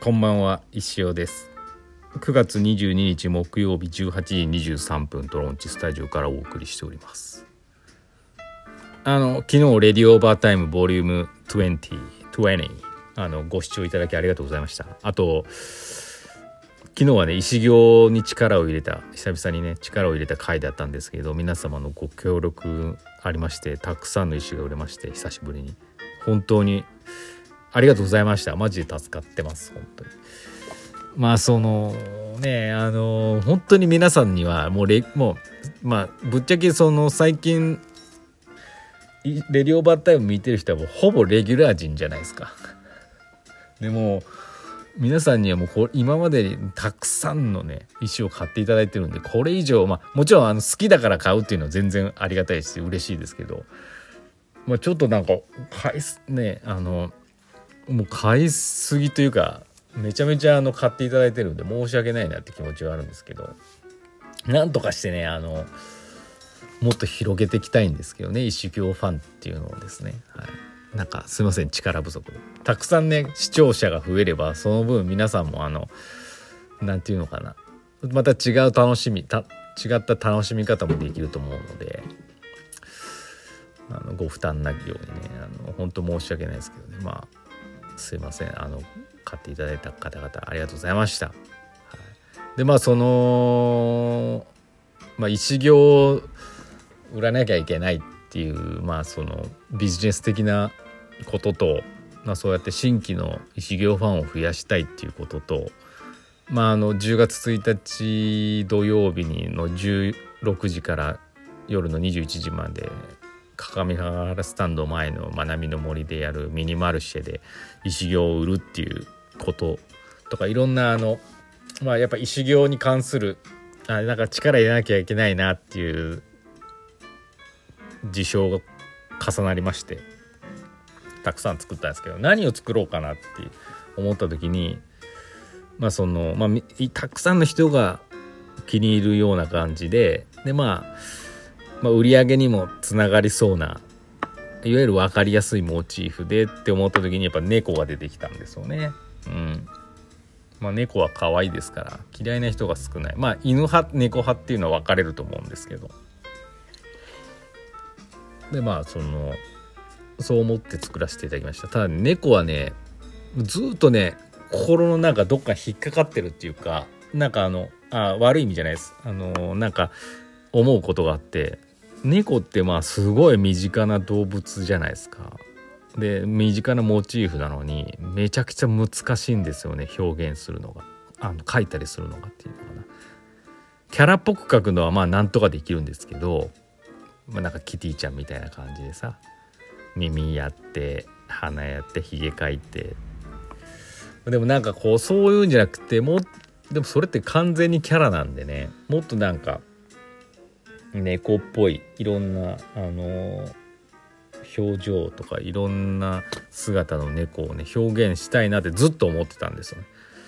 こんばんは、石尾です。9月22日木曜日18時23分トロンチスタジオからお送りしております。昨日レディオオーバータイムボリューム20ご視聴いただきありがとうございました。あと昨日はね、石行に力を入れた久々にね力を入れた回だったんですけど、皆様のご協力ありましてたくさんの石が売れまして、久しぶりに本当にありがとうございました。マジで助かってます、本当に。まあ本当に皆さんにはもうぶっちゃけ最近レディオバータイム見てる人はもうほぼレギュラー陣じゃないですか。でも皆さんにはもう今までにたくさんのね石を買っていただいてるんで、これ以上もちろん好きだから買うっていうのは全然ありがたいし嬉しいですけど、ちょっとなんかもう買いすぎというかめちゃめちゃ買っていただいてるんで申し訳ないなって気持ちはあるんですけど、なんとかしてねもっと広げていきたいんですけどね、石行ファンっていうのをですね、はい、なんかすいません、力不足でたくさんね視聴者が増えればその分皆さんもなんていうのかな、また違った楽しみ方もできると思うので、ご負担なきようにね本当申し訳ないですけどね、すいません、買っていただいた方々ありがとうございました。はい、で石行を売らなきゃいけないっていうビジネス的なことと、そうやって新規の石行ファンを増やしたいっていうことと、10月1日土曜日の16時から夜の21時まで各務原スタンド前の学びの森でやるミニマルシェで石行を売るっていうこととか、いろんなやっぱ石行に関するなんか力入れなきゃいけないなっていう事象が重なりまして、たくさん作ったんですけど、何を作ろうかなって思った時にたくさんの人が気に入るような感じで売り上げにもつながりそうな、いわゆる分かりやすいモチーフでって思った時にやっぱ猫が出てきたんですよね。猫は可愛いですから嫌いな人が少ない。犬派猫派っていうのは分かれると思うんですけど、でそう思って作らせていただきました。ただ猫はねずっとね心の中どっか引っかかってるっていうか、悪い意味じゃないです。思うことがあって、猫ってすごい身近な動物じゃないですか。で身近なモチーフなのにめちゃくちゃ難しいんですよね、表現するのが描いたりするのがっていうのかな。キャラっぽく描くのはなんとかできるんですけど、キティちゃんみたいな感じでさ、耳やって鼻やってひげ描いて、でもそういうんじゃなくて、でもそれって完全にキャラなんでね、もっと猫っぽいいろんな表情とかいろんな姿の猫をね表現したいなってずっと思ってたんですよね。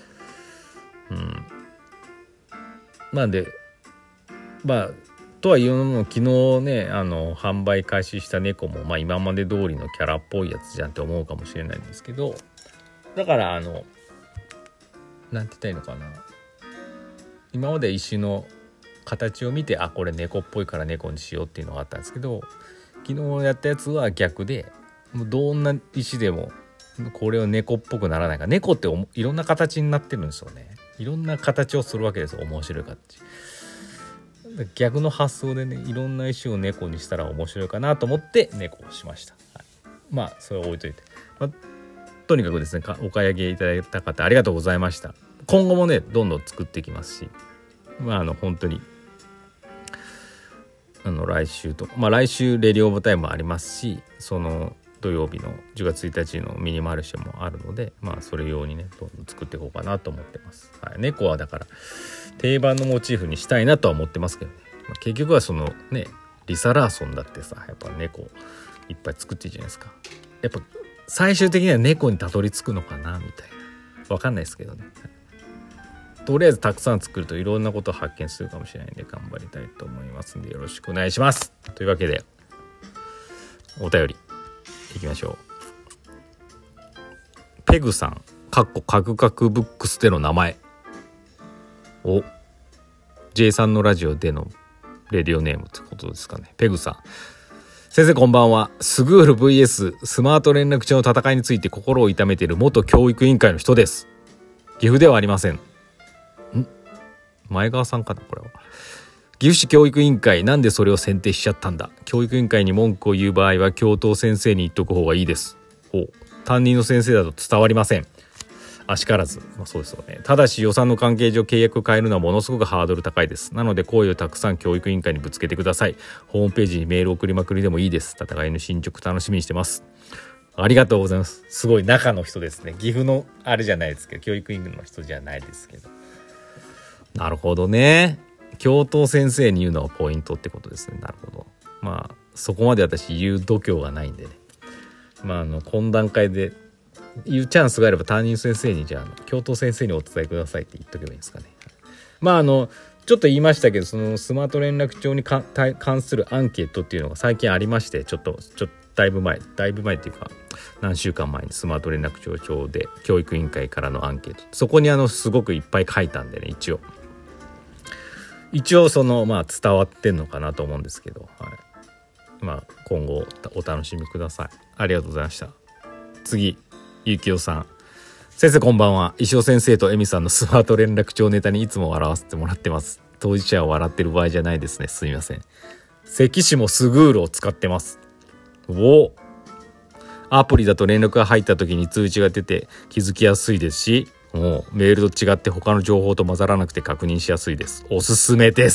なんでとはいうのも昨日ね販売開始した猫も今まで通りのキャラっぽいやつじゃんって思うかもしれないんですけど、だからなんて言ったらいいのかな、今まで石の形を見てこれ猫っぽいから猫にしようっていうのがあったんですけど、昨日やったやつは逆で、もうどんな石でもこれを猫っぽくならないか。猫っていろんな形になってるんですよね。いろんな形をするわけですよ、面白い形。逆の発想でねいろんな石を猫にしたら面白いかなと思って猫をしました。はい、それは置いといて、とにかくですねお買い上げいただいた方ありがとうございました。今後もねどんどん作っていきますし、本当に来週とか、来週レディオオブタイムもありますし、その土曜日の10月1日のミニマルシェもあるので、それ用にねどんどん作っていこうかなと思ってます。はい、猫はだから定番のモチーフにしたいなとは思ってますけどね。結局はリサ・ラーソンだってさ、やっぱ猫いっぱい作ってるじゃないですか。やっぱ最終的には猫にたどり着くのかなみたいな、わかんないですけどね。とりあえずたくさん作るといろんなことを発見するかもしれないんで頑張りたいと思いますんでよろしくお願いします。というわけでお便りいきましょう。ペグさんカクカクブックスでの名前。J さんのラジオでのレディオネームってことですかね。ペグさん。先生こんばんは。スグール vs スマート連絡帳の戦いについて心を痛めている元教育委員会の人です。岐阜ではありません。前川さんかなこれは。岐阜市教育委員会、なんでそれを選定しちゃったんだ。教育委員会に文句を言う場合は教頭先生に言っとく方がいいです。担任の先生だと伝わりません。あしからず、そうですよね。ただし予算の関係上契約を変えるのはものすごくハードル高いです。なので声をたくさん教育委員会にぶつけてください。ホームページにメール送りまくりでもいいです。戦いの進捗楽しみにしてます。ありがとうございます。すごい中の人ですね。岐阜のあれじゃないですけど、教育委員の人じゃないですけど。なるほどね。教頭先生に言うのはポイントってことですね。なるほど。そこまで私言う度胸がないんでね。懇談会で言うチャンスがあれば担任先生にじゃあ教頭先生にお伝えくださいって言っとけばいいんですかね。ちょっと言いましたけど、そのスマート連絡帳に関するアンケートっていうのが最近ありまして、ちょっとだいぶ前っていうか何週間前にスマート連絡帳上で教育委員会からのアンケート、そこにすごくいっぱい書いたんでね、一応その伝わってんのかなと思うんですけど、今後お楽しみください。ありがとうございました。次、ゆきおさん。先生こんばんは。石尾先生とエミさんのスマート連絡帳ネタにいつも笑わせてもらってます。当事者は笑ってる場合じゃないですね。すみません。関市もスグールを使ってます。アプリだと連絡が入った時に通知が出て気づきやすいですし、メールと違って他の情報と混ざらなくて確認しやすいです。おすすめです。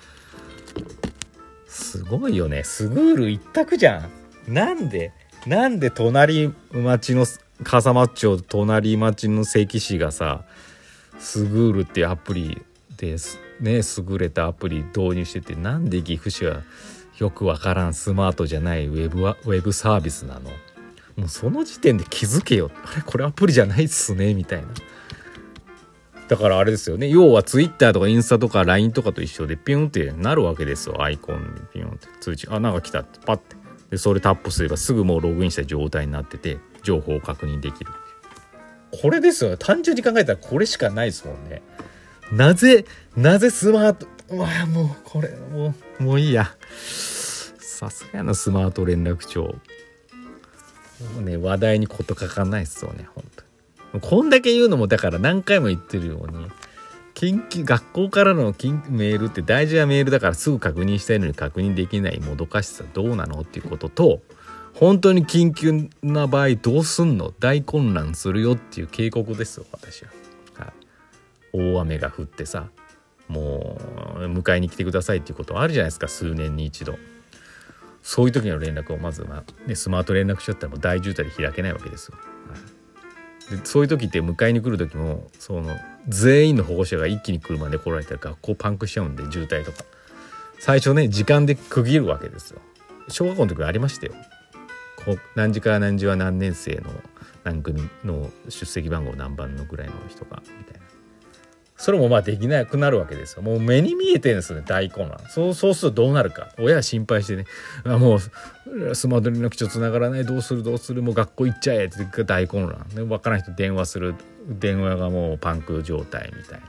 すごいよね。スグール一択じゃん。なんで隣町の笠間町隣町の関市がさ、スグールっていうアプリですね、優れたアプリ導入してて、なんで岐阜市はよくわからんスマートじゃないウェブサービスなの。もうその時点で気づけよ。あれこれアプリじゃないっすねみたいな。だからあれですよね。要はツイッターとかインスタとか LINE とかと一緒でピュンってなるわけですよ。アイコンにピュンって通知、なんか来たってパッて、でそれタップすればすぐもうログインした状態になってて情報を確認できる。これですよね。単純に考えたらこれしかないですもんね。なぜスマート、もうこれもういいや。さすがのスマート連絡帳。もうね、話題にこと書かないっすよね。本当にこんだけ言うのもだから何回も言ってるように、学校からのメールって大事なメールだからすぐ確認したいのに確認できないもどかしさどうなのっていうことと、本当に緊急な場合どうすんの、大混乱するよっていう警告ですよ私は。大雨が降ってさ、もう迎えに来てくださいっていうことはあるじゃないですか、数年に一度。そういう時の連絡をまずスマート連絡しちゃったらもう大渋滞で開けないわけですよ。でそういう時って迎えに来る時も全員の保護者が一気に車で来られたら学校パンクしちゃうんで、渋滞とか最初ね時間で区切るわけですよ。小学校の時ありましたよ。何時から何時は何年生の何組の出席番号何番のぐらいの人がみたいな。それもできなくなるわけですよ。もう目に見えてるんですよね、大混乱。そうするとどうなるか、親は心配してね、もうスマート連絡帳つながらない、どうするもう学校行っちゃえって大混乱で、分からない人電話する、電話がもうパンク状態みたいな。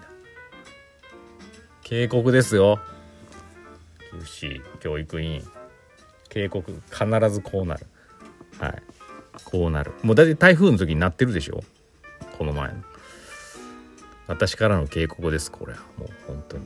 警告ですよ。岐阜市教育委員警告、必ずこうなる。こうなる。もうだいたい台風の時になってるでしょ、この前の。私からの警告です。これはもう本当に、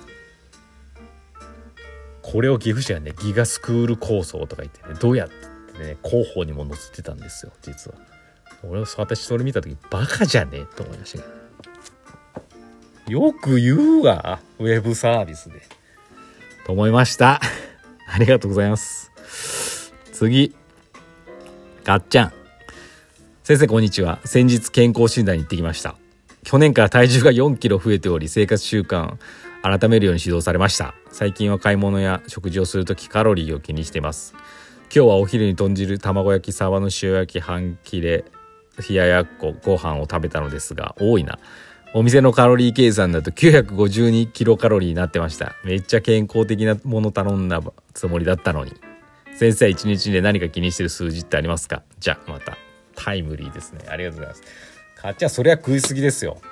これを岐阜市はねギガスクール構想とか言ってね、どうやってね広報にも載せてたんですよ実は。私それ見た時バカじゃねえと思いましたけど、よく言うわウェブサービスでと思いましたありがとうございます。次、がっちゃん。先生こんにちは。先日健康診断に行ってきました。去年から体重が4キロ増えており、生活習慣改めるように指導されました。最近は買い物や食事をするときカロリーを気にしています。今日はお昼に豚汁、卵焼き、サバの塩焼き、半切れ、冷ややっこ、ご飯を食べたのですが、多いな。お店のカロリー計算だと952キロカロリーになってました。めっちゃ健康的なもの頼んだつもりだったのに。先生は1日で何か気にしてる数字ってありますか？じゃあまた。タイムリーですね。ありがとうございます。 かっちゃんそれは食いすぎですよ。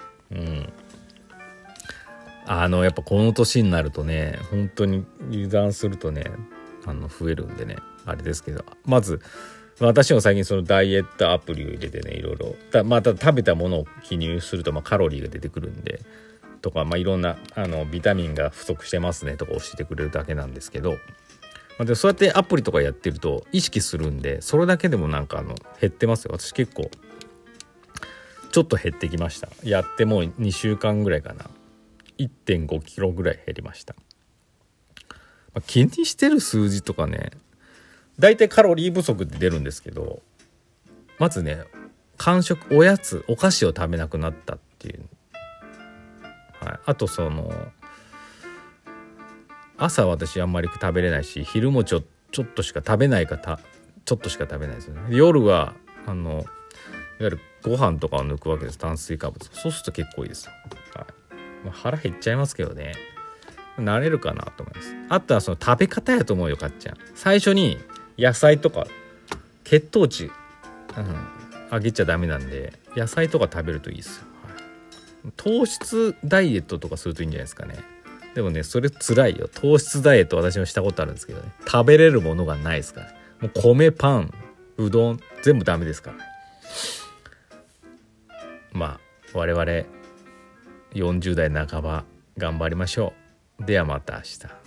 やっぱこの年になるとね、本当に油断するとね増えるんでね、あれですけど、まず私も最近そのダイエットアプリを入れてね、いろいろただ食べたものを記入するとカロリーが出てくるんでとか、いろんなビタミンが不足してますねとか教えてくれるだけなんですけど、でそうやってアプリとかやってると意識するんで、それだけでも減ってますよ。私結構ちょっと減ってきました。やってもう2週間ぐらいかな、1.5 キロぐらい減りました。気にしてる数字とかね、だいたいカロリー不足って出るんですけど、まずね、間食、おやつ、お菓子を食べなくなったっていう、あと朝私あんまり食べれないし、昼もちょっとしか食べないちょっとしか食べないですよね。夜はいわゆるご飯とかを抜くわけです、炭水化物。そうすると結構いいですよ。腹減っちゃいますけどね、慣れるかなと思います。あとはその食べ方やと思うよ、かっちゃん。最初に野菜とか血糖値、上げちゃダメなんで、野菜とか食べるといいですよ。糖質ダイエットとかするといいんじゃないですかね。でもね、それ辛いよ。糖質ダイエット私もしたことあるんですけどね、食べれるものがないですから、もう米、パン、うどん全部ダメですからね。我々40代半ば頑張りましょう。ではまた明日。